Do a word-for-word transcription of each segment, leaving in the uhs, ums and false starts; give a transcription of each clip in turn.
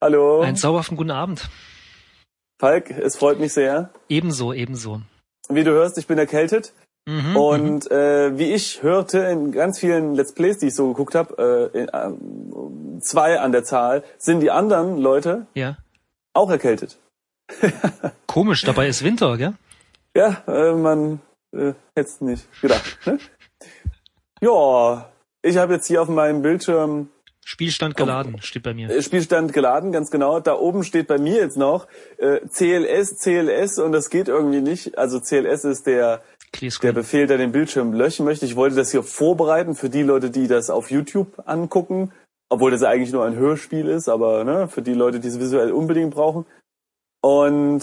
Hallo. Einen zauberhaften guten Abend. Falk, es freut mich sehr. Ebenso, ebenso. Wie du hörst, ich bin erkältet. Mhm, und mhm. Äh, wie ich hörte in ganz vielen Let's Plays, die ich so geguckt habe, äh, äh, zwei an der Zahl, sind die anderen Leute ja. auch erkältet. Komisch, dabei ist Winter, gell? Ja, äh, man äh, hätte es nicht gedacht. Ne? Ja, ich habe jetzt hier auf meinem Bildschirm Spielstand geladen, steht bei mir. Spielstand geladen, ganz genau. Da oben steht bei mir jetzt noch äh, C L S, C L S und das geht irgendwie nicht. Also C L S ist der, der Befehl, der den Bildschirm löschen möchte. Ich wollte das hier vorbereiten für die Leute, die das auf YouTube angucken, obwohl das eigentlich nur ein Hörspiel ist, aber ne, für die Leute, die es visuell unbedingt brauchen. Und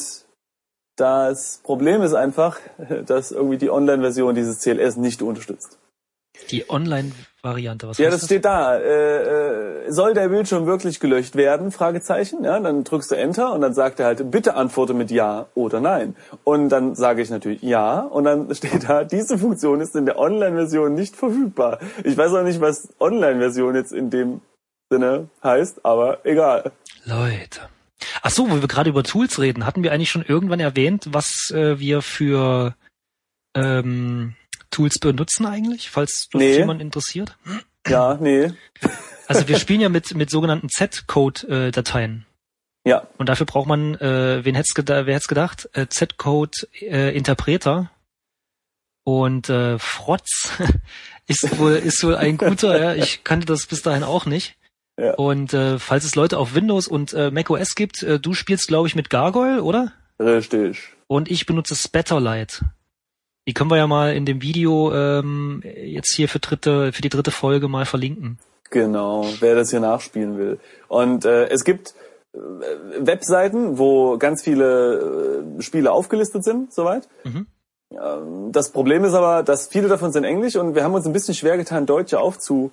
das Problem ist einfach, dass irgendwie die Online-Version dieses C L S nicht unterstützt. Die Online-Variante, was ja, heißt das? Ja, das steht da. Äh, äh, soll der Bildschirm wirklich gelöscht werden? Fragezeichen. Ja, dann drückst du Enter und dann sagt er halt, bitte antworte mit Ja oder Nein. Und dann sage ich natürlich Ja und dann steht da, diese Funktion ist in der Online-Version nicht verfügbar. Ich weiß auch nicht, was Online-Version jetzt in dem Sinne heißt, aber egal. Leute. Ach so, wo wir gerade über Tools reden, hatten wir eigentlich schon irgendwann erwähnt, was äh, wir für ähm, Tools benutzen eigentlich, falls das nee. jemand interessiert? Ja, nee. Also wir spielen ja mit mit sogenannten Z-Code-Dateien. Äh, ja. Und dafür braucht man, äh, wen hätt's geda- wer hätt's gedacht? Äh, Z-Code-Interpreter. Äh, Und äh, Frotz ist wohl ist wohl ein guter. Ja, ich kannte das bis dahin auch nicht. Ja. Und äh, falls es Leute auf Windows und äh, macOS gibt, äh, du spielst, glaube ich, mit Gargoyle, oder? Richtig. Und ich benutze Spatterlight. Die können wir ja mal in dem Video ähm, jetzt hier für dritte, für die dritte Folge mal verlinken. Genau, wer das hier nachspielen will. Und äh, es gibt äh, Webseiten, wo ganz viele äh, Spiele aufgelistet sind, soweit. Mhm. Ähm, das Problem ist aber, dass viele davon sind Englisch und wir haben uns ein bisschen schwer getan, Deutsche aufzutun.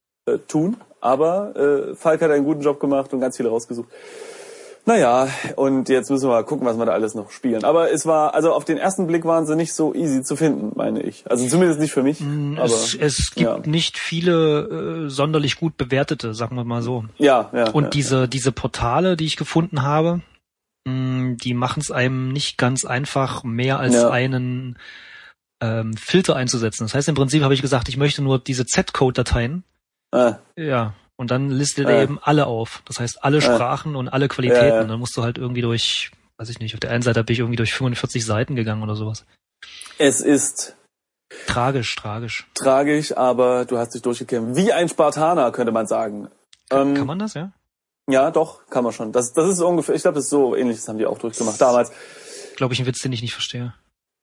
Aber äh, Falk hat einen guten Job gemacht und ganz viele rausgesucht. Naja, und jetzt müssen wir mal gucken, was wir da alles noch spielen. Aber es war, also auf den ersten Blick waren sie nicht so easy zu finden, meine ich. Also zumindest nicht für mich. Es, aber, es gibt ja. nicht viele äh, sonderlich gut bewertete, sagen wir mal so. Ja, ja. Und ja, diese ja. diese Portale, die ich gefunden habe, mh, die machen es einem nicht ganz einfach, mehr als ja. einen ähm, Filter einzusetzen. Das heißt, im Prinzip habe ich gesagt, ich möchte nur diese Z-Code-Dateien. Ah. Ja. Und dann listet er äh. eben alle auf. Das heißt, alle Sprachen äh. und alle Qualitäten. Ja, ja. Und dann musst du halt irgendwie durch, weiß ich nicht, auf der einen Seite bin ich irgendwie durch fünfundvierzig Seiten gegangen oder sowas. Es ist tragisch, tragisch. Tragisch, aber du hast dich durchgekämpft. Wie ein Spartaner, könnte man sagen. Kann, ähm, kann man das, ja? Ja, doch, kann man schon. Das, das ist ungefähr, ich glaube, das ist so ähnlich, das haben die auch durchgemacht damals. Glaube ich, ein Witz, den ich nicht verstehe.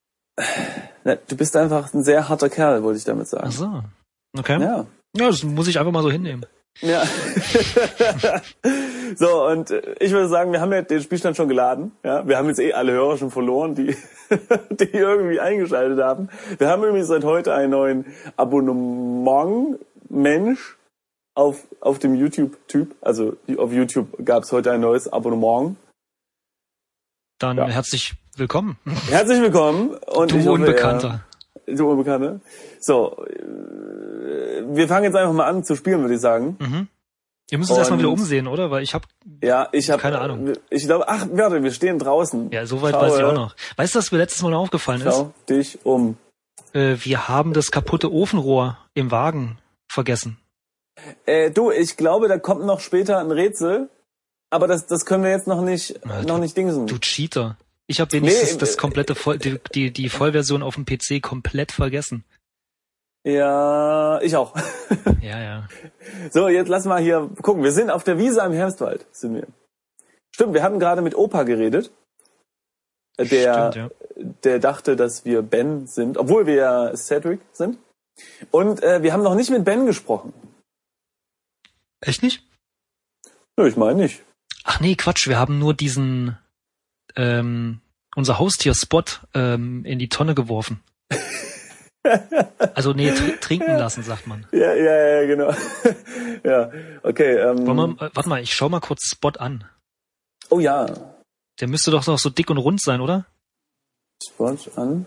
Na, du bist einfach ein sehr harter Kerl, wollte ich damit sagen. Ach so. Okay. Ja. Ja, das muss ich einfach mal so hinnehmen. Ja. So, und ich würde sagen, wir haben ja den Spielstand schon geladen. Ja, wir haben jetzt eh alle Hörer schon verloren, die, die irgendwie eingeschaltet haben. Wir haben übrigens seit heute einen neuen Abonnement-Mensch auf, auf dem YouTube-Typ. Also auf YouTube gab es heute ein neues Abonnement. Dann ja. herzlich willkommen. Herzlich willkommen. Und du ich hoffe, Unbekannter. Er, du Unbekannter. So, wir fangen jetzt einfach mal an zu spielen, würde ich sagen. Mhm. Wir müssen uns erstmal wieder umsehen, oder? Weil ich habe ja, ich hab, keine Ahnung. Ich glaube, ach, warte, wir stehen draußen. Ja, soweit weiß ich auch noch. Weißt du, was mir letztes Mal noch aufgefallen ist? Schau dich um. Äh, wir haben das kaputte Ofenrohr im Wagen vergessen. Äh, du, ich glaube, da kommt noch später ein Rätsel, aber das, das können wir jetzt noch nicht, Alter, noch nicht dingsen. Du Cheater. Ich habe wenigstens nee, das komplette Voll, die, die, die Vollversion auf dem P C komplett vergessen. Ja, ich auch. Ja, ja. So, jetzt lass mal hier gucken. Wir sind auf der Wiese am Herbstwald, sind wir. Stimmt, wir hatten gerade mit Opa geredet. Der, Stimmt, ja. der dachte, dass wir Ben sind, obwohl wir ja Cedric sind. Und äh, wir haben noch nicht mit Ben gesprochen. Echt nicht? Nö, ich meine nicht. Ach nee, Quatsch, wir haben nur diesen, ähm, unser Haustier-Spot ähm, in die Tonne geworfen. Also nee, tr- trinken lassen, sagt man. Ja, ja, ja, genau. Ja, okay. Ähm, Wollen wir, äh, warte mal, ich schau mal kurz Spot an. Oh ja. Der müsste doch noch so dick und rund sein, oder? Spot an.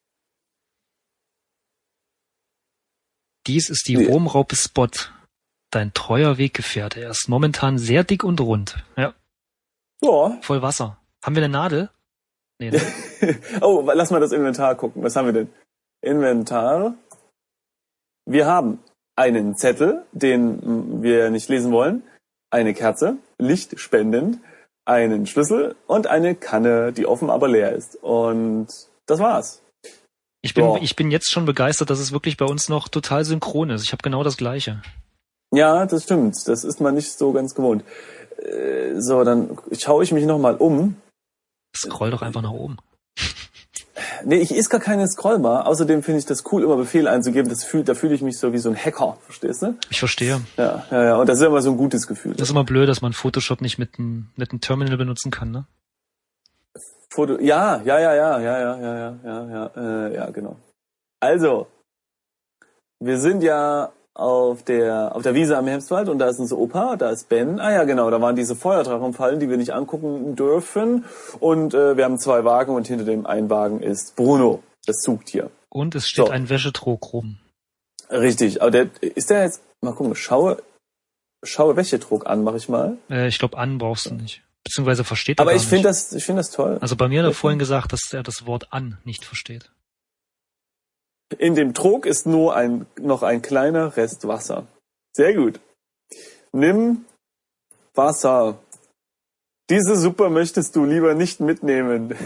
Dies ist die Wurmraupe Spot. dein treuer Weggefährte. Er ist momentan sehr dick und rund. Ja. Ja. Voll Wasser. Haben wir eine Nadel? Nee, ne? Oh, lass mal das Inventar gucken. Was haben wir denn? Inventar. Wir haben einen Zettel, den wir nicht lesen wollen, eine Kerze, lichtspendend, einen Schlüssel und eine Kanne, die offen, aber leer ist. Und das war's. Ich bin, so. ich bin jetzt schon begeistert, dass es wirklich bei uns noch total synchron ist. Ich habe genau das Gleiche. Ja, das stimmt. Das ist man nicht so ganz gewohnt. Äh, so, dann schaue ich mich nochmal um. Scroll doch einfach nach oben. Nee, ich ist gar keine Scrollbar. Außerdem finde ich das cool, immer Befehle einzugeben. Das fühlt, da fühle ich mich so wie so ein Hacker. Verstehst du? Ich verstehe. Ja, ja, ja. Und das ist immer so ein gutes Gefühl. Das ist immer blöd, dass man Photoshop nicht mit einem, mit einem Terminal benutzen kann, ne? Foto, ja, ja, ja, ja, ja, ja, ja, ja, ja, ja, äh, ja, genau. Also, wir sind ja auf der auf der Wiese am Herbstwald und da ist unser Opa, da ist Ben. Ah ja, genau, da waren diese Feuerdrachenfallen, die wir nicht angucken dürfen. Und äh, wir haben zwei Wagen und hinter dem einen Wagen ist Bruno, das Zugtier. Und es steht so. ein Wäschetrog rum. Richtig, aber der ist der jetzt, mal gucken, schaue, schaue Wäschetrog an, mach ich mal. Äh, ich glaube, an brauchst du nicht. Beziehungsweise versteht er aber gar ich finde nicht. das, ich finde das toll. Also bei mir hat er vorhin gesagt, dass er das Wort an nicht versteht. In dem Trog ist nur ein noch ein kleiner Rest Wasser. Sehr gut. Nimm Wasser. Diese Suppe möchtest du lieber nicht mitnehmen.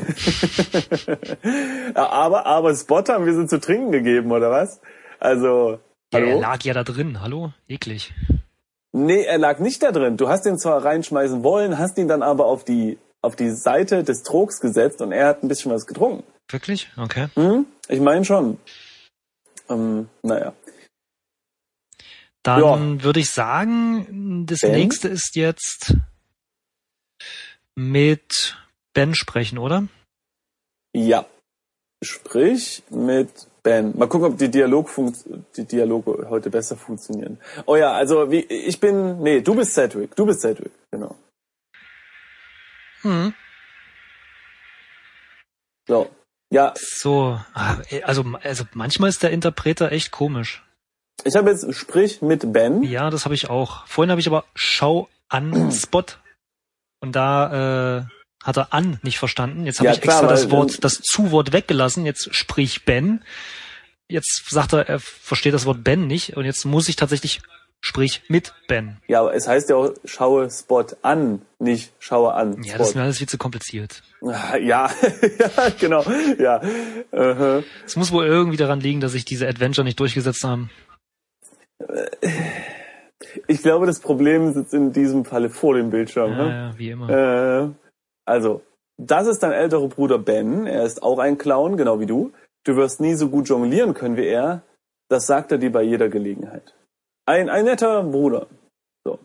aber, aber Spot haben wir sie zu trinken gegeben, oder was? Also, ja, hallo? er lag ja da drin. Hallo? Eklig. Nee, er lag nicht da drin. Du hast ihn zwar reinschmeißen wollen, hast ihn dann aber auf die, auf die Seite des Trogs gesetzt und er hat ein bisschen was getrunken. Wirklich? Okay. Hm? Ich meine schon. Ähm, naja. Dann ja. würde ich sagen, das Ben? nächste ist jetzt mit Ben sprechen, oder? Ja. Sprich mit Ben. Mal gucken, ob die, Dialog die Dialoge heute besser funktionieren. Oh ja, also wie ich bin... Nee, du bist Cedric. Du bist Cedric, genau. Hm. So. Ja. So, also, also manchmal ist der Interpreter echt komisch. Ich habe jetzt Sprich mit Ben. Ja, das habe ich auch. Vorhin habe ich aber Schau an Spot. Und da äh, hat er an nicht verstanden. Jetzt habe Ja, ich klar, extra das weil, Wort, das Zu-Wort weggelassen. Jetzt sprich Ben. Jetzt sagt er, er versteht das Wort Ben nicht. Und jetzt muss ich tatsächlich sprich mit Ben. Ja, aber es heißt ja auch, schaue Spot an, nicht schaue an. Ja, Spot. das ist mir alles viel zu kompliziert. Ja, ja, genau, ja. Uh-huh. Es muss wohl irgendwie daran liegen, dass sich diese Adventure nicht durchgesetzt haben. Ich glaube, das Problem sitzt in diesem Falle vor dem Bildschirm. Ja, ne? ja, wie immer. Äh, also, das ist dein älterer Bruder Ben. Er ist auch ein Clown, genau wie du. Du wirst nie so gut jonglieren können wie er. Das sagt er dir bei jeder Gelegenheit. Ein, ein netter Bruder. So.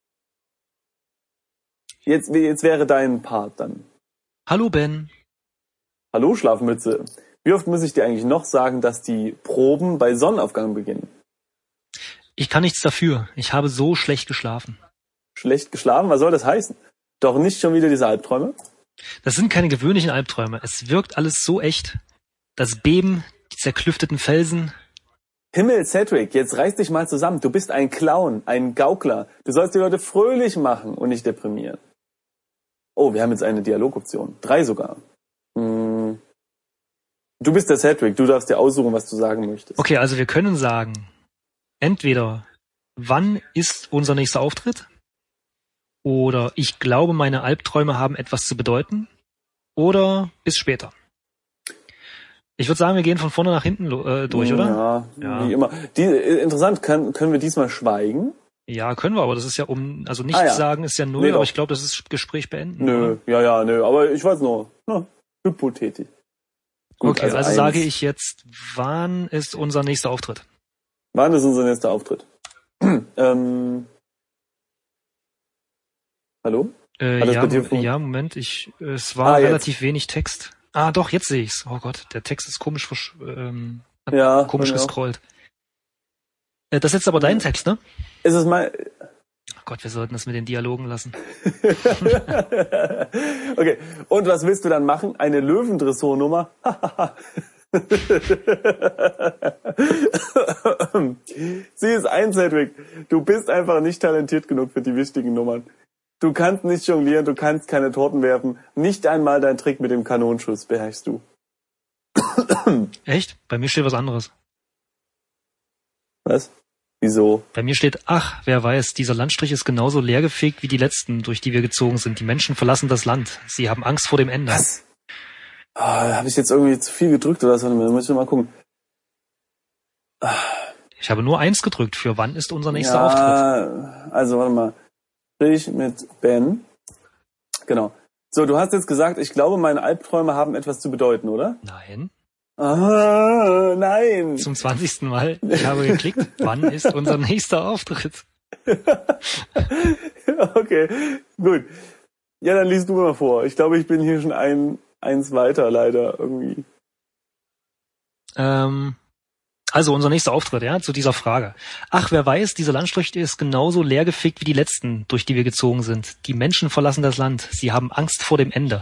Jetzt, jetzt wäre dein Part dann. Hallo Ben. Hallo Schlafmütze. Wie oft muss ich dir eigentlich noch sagen, dass die Proben bei Sonnenaufgang beginnen? Ich kann nichts dafür. Ich habe so schlecht geschlafen. Schlecht geschlafen? Was soll das heißen? Doch nicht schon wieder diese Albträume? Das sind keine gewöhnlichen Albträume. Es wirkt alles so echt. Das Beben, die zerklüfteten Felsen. Himmel, Cedric, jetzt reiß dich mal zusammen. Du bist ein Clown, ein Gaukler. Du sollst die Leute fröhlich machen und nicht deprimieren. Oh, wir haben jetzt eine Dialogoption. Drei sogar. Hm. Du bist der Cedric. Du darfst dir aussuchen, was du sagen möchtest. Okay, also wir können sagen, entweder, wann ist unser nächster Auftritt? Oder ich glaube, meine Albträume haben etwas zu bedeuten. Oder bis später. Ich würde sagen, wir gehen von vorne nach hinten äh, durch, oder? Ja, ja, wie immer. Die, interessant, können, können wir diesmal schweigen? Ja, können wir, aber das ist ja um, also nichts ah, ja. sagen ist ja null, nee, aber doch. ich glaube, das ist Gespräch beenden. Nö, oder? ja, ja, nö, aber ich weiß nur, na, hypothetisch. Gut, okay, also, also eins. sage ich jetzt, wann ist unser nächster Auftritt? Wann ist unser nächster Auftritt? ähm, hallo? Äh, ja, ja, Moment, ich, es war ah, relativ wenig Text. Ah, doch, jetzt sehe ich's. Oh Gott, der Text ist komisch, versch ähm, hat ja, komisch gescrollt. Äh, das ist jetzt aber dein Text, ne? Ist es mal... Oh Gott, wir sollten das mit den Dialogen lassen. Okay, und was willst du dann machen? Eine Löwendressurnummer? Sie ist eins, Hedwig. Du bist einfach nicht talentiert genug für die wichtigen Nummern. Du kannst nicht jonglieren, du kannst keine Torten werfen. Nicht einmal dein Trick mit dem Kanonenschuss beherrschst du. Echt? Bei mir steht was anderes. Was? Wieso? Bei mir steht, ach, wer weiß, dieser Landstrich ist genauso leergefegt wie die letzten, durch die wir gezogen sind. Die Menschen verlassen das Land. Sie haben Angst vor dem Ende. Was? Oh, habe ich jetzt irgendwie zu viel gedrückt oder so? Da muss ich mal gucken. Ich habe nur eins gedrückt. Für wann ist unser nächster ja, Auftritt? Also, warte mal. Ich mit Ben. Genau. So, du hast jetzt gesagt, ich glaube, meine Albträume haben etwas zu bedeuten, oder? Nein. Ah, nein. Zum zwanzigsten Mal. Ich habe geklickt. Wann ist unser nächster Auftritt? Okay, gut. Ja, dann liest du mal vor. Ich glaube, ich bin hier schon ein, eins weiter, leider, irgendwie. Ähm, also, unser nächster Auftritt, ja, zu dieser Frage. Ach, wer weiß, dieser Landstrich ist genauso leergefegt wie die letzten, durch die wir gezogen sind. Die Menschen verlassen das Land. Sie haben Angst vor dem Ende.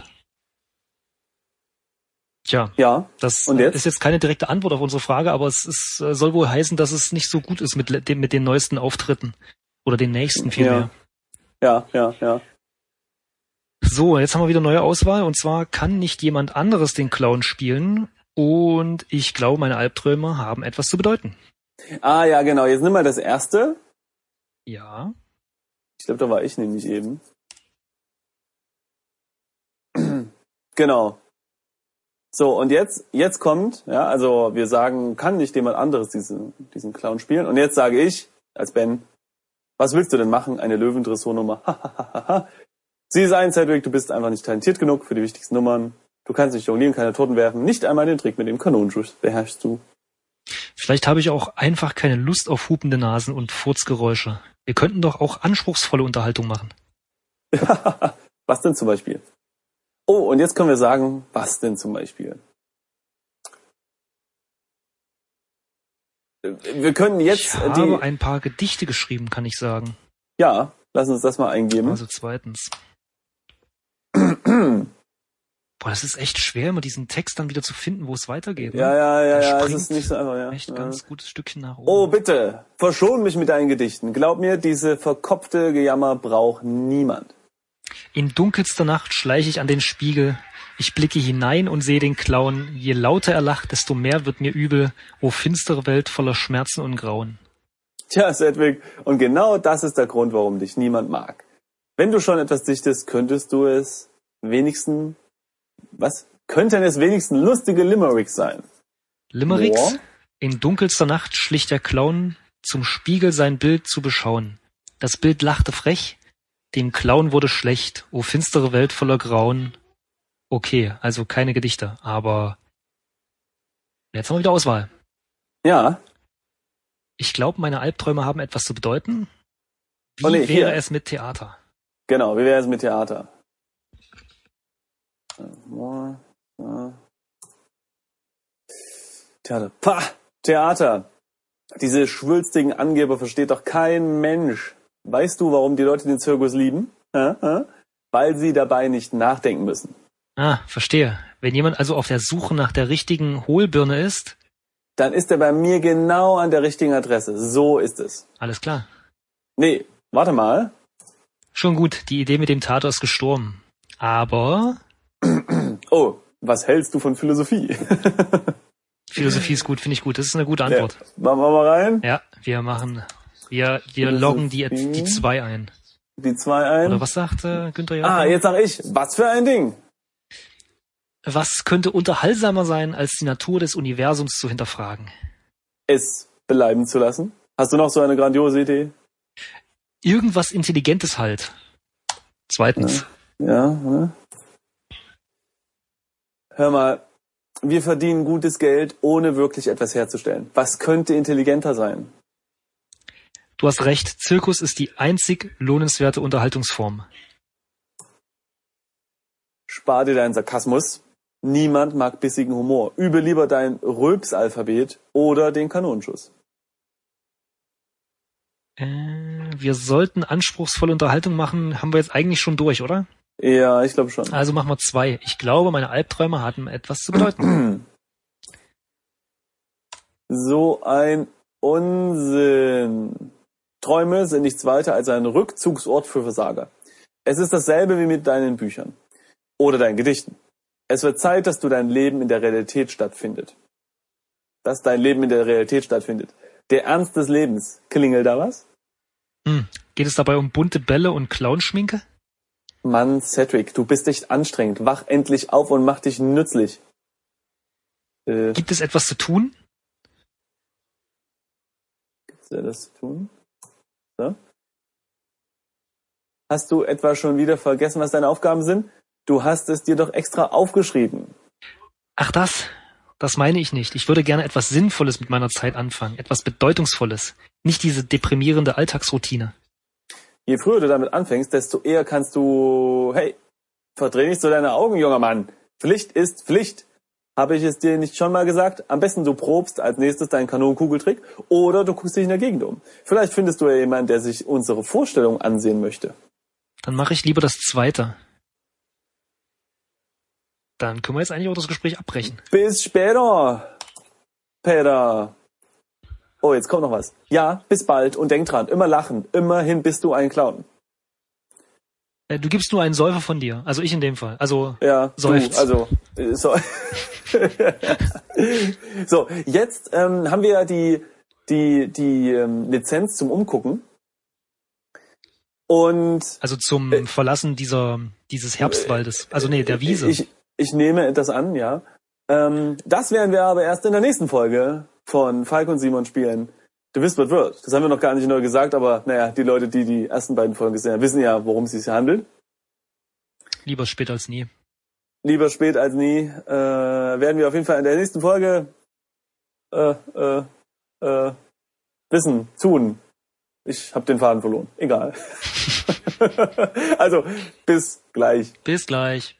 Tja, ja. Das und jetzt? ist jetzt keine direkte Antwort auf unsere Frage, aber es ist, soll wohl heißen, dass es nicht so gut ist mit den, mit den neuesten Auftritten. Oder den nächsten vielmehr. Ja, ja, ja. ja. So, jetzt haben wir wieder neue Auswahl. Und zwar kann nicht jemand anderes den Clown spielen. Und ich glaube, meine Albträume haben etwas zu bedeuten. Ah ja, genau. Jetzt nimm mal das erste. Ja. Ich glaube, da war ich nämlich eben. Genau. So, und jetzt, jetzt kommt, ja, also wir sagen, kann nicht jemand anderes diesen, diesen Clown spielen? Und jetzt sage ich, als Ben, was willst du denn machen? Eine Löwendressurnummer. Sie ist eins, Hedwig, du bist einfach nicht talentiert genug für die wichtigsten Nummern. Du kannst nicht jonglieren, keine Torten werfen. Nicht einmal den Trick mit dem Kanonenschuss beherrschst du. Vielleicht habe ich auch einfach keine Lust auf hupende Nasen und Furzgeräusche. Wir könnten doch auch anspruchsvolle Unterhaltung machen. Was denn zum Beispiel? Oh, und jetzt können wir sagen, was denn zum Beispiel? Wir können jetzt... Ich habe die... ein paar Gedichte geschrieben, kann ich sagen. Ja, lass uns das mal eingeben. Also zweitens. Boah, das ist echt schwer, immer diesen Text dann wieder zu finden, wo es weitergeht. Ne? Ja, ja, ja, ja, es ist nicht so einfach, ja. Echt ja. ganz gutes Stückchen nach oben. Oh, bitte, verschon mich mit deinen Gedichten. Glaub mir, diese verkopfte Gejammer braucht niemand. In dunkelster Nacht schleiche ich an den Spiegel. Ich blicke hinein und sehe den Clown. Je lauter er lacht, desto mehr wird mir übel. O finstere Welt voller Schmerzen und Grauen. Tja, Sedgwick, und genau das ist der Grund, warum dich niemand mag. Wenn du schon etwas dichtest, könntest du es wenigstens... Was? Könnten es wenigstens lustige Limericks sein? Limericks? Boah. In dunkelster Nacht schlich der Clown zum Spiegel sein Bild zu beschauen. Das Bild lachte frech. Dem Clown wurde schlecht, o finstere Welt voller Grauen. Okay, also keine Gedichte, aber jetzt haben wir wieder Auswahl. Ja. Ich glaube, meine Albträume haben etwas zu bedeuten. Wie oh nee, wäre hier. es mit Theater? Genau, wie wäre es mit Theater? Theater. Pah! Theater! Diese schwülstigen Angeber versteht doch kein Mensch. Weißt du, warum die Leute den Zirkus lieben? Hä? Hä? Weil sie dabei nicht nachdenken müssen. Ah, verstehe. Wenn jemand also auf der Suche nach der richtigen Hohlbirne ist, dann ist er bei mir genau an der richtigen Adresse. So ist es. Alles klar. Nee, warte mal. Schon gut, die Idee mit dem Theater ist gestorben. Aber... Oh, was hältst du von Philosophie? Philosophie ist gut, finde ich gut. Das ist eine gute Antwort. Ja. Machen wir mal rein? Ja, wir machen... Wir, wir loggen die, die zwei ein. Die zwei ein? Oder was sagt äh, Günther Jauch? Ah, jetzt sag ich. Was für ein Ding? Was könnte unterhaltsamer sein, als die Natur des Universums zu hinterfragen? Es beleiben zu lassen? Hast du noch so eine grandiose Idee? Irgendwas Intelligentes halt. Zweitens. Ja, ja. Hör mal, wir verdienen gutes Geld, ohne wirklich etwas herzustellen. Was könnte intelligenter sein? Du hast recht, Zirkus ist die einzig lohnenswerte Unterhaltungsform. Spar dir deinen Sarkasmus. Niemand mag bissigen Humor. Übe lieber dein Rülpsalphabet oder den Kanonenschuss. Äh, wir sollten anspruchsvolle Unterhaltung machen, haben wir jetzt eigentlich schon durch, oder? Ja, ich glaube schon. Also machen wir zwei. Ich glaube, meine Albträume hatten etwas zu bedeuten. So ein Unsinn. Träume sind nichts weiter als ein Rückzugsort für Versager. Es ist dasselbe wie mit deinen Büchern oder deinen Gedichten. Es wird Zeit, dass du dein Leben in der Realität stattfindet. Dass dein Leben in der Realität stattfindet. Der Ernst des Lebens. Klingelt da was? Hm. Geht es dabei um bunte Bälle und Clownschminke? Mann, Cedric, du bist echt anstrengend. Wach endlich auf und mach dich nützlich. Äh, Gibt es etwas zu tun? Gibt es etwas zu tun? So. Hast du etwa schon wieder vergessen, was deine Aufgaben sind? Du hast es dir doch extra aufgeschrieben. Ach das, das meine ich nicht. Ich würde gerne etwas Sinnvolles mit meiner Zeit anfangen, etwas Bedeutungsvolles. Nicht diese deprimierende Alltagsroutine. Je früher du damit anfängst, desto eher kannst du... Hey, verdreh nicht so deine Augen, junger Mann. Pflicht ist Pflicht. Habe ich es dir nicht schon mal gesagt? Am besten du probst als nächstes deinen Kanonenkugeltrick oder du guckst dich in der Gegend um. Vielleicht findest du ja jemanden, der sich unsere Vorstellung ansehen möchte. Dann mache ich lieber das Zweite. Dann können wir jetzt eigentlich auch das Gespräch abbrechen. Bis später, Peter. Oh, jetzt kommt noch was. Ja, bis bald und denk dran, immer lachen. Immerhin bist du ein Clown. Du gibst nur einen Säufer von dir. Also ich in dem Fall. Also ja, seufzt. Du, also äh, so. So, jetzt ähm, haben wir ja die die die ähm, Lizenz zum Umgucken. Und also zum äh, Verlassen dieser dieses Herbstwaldes. Also nee, der Wiese. Ich, ich nehme das an, ja. Ähm, das werden wir aber erst in der nächsten Folge von Falk und Simon spielen. The Whispered World. Das haben wir noch gar nicht neu gesagt, aber naja, die Leute, die die ersten beiden Folgen gesehen haben, wissen ja, worum es sich handelt. Lieber spät als nie. Lieber spät als nie. Äh, werden wir auf jeden Fall in der nächsten Folge äh, äh, äh, wissen, tun. Ich habe den Faden verloren. Egal. Also, bis gleich. Bis gleich.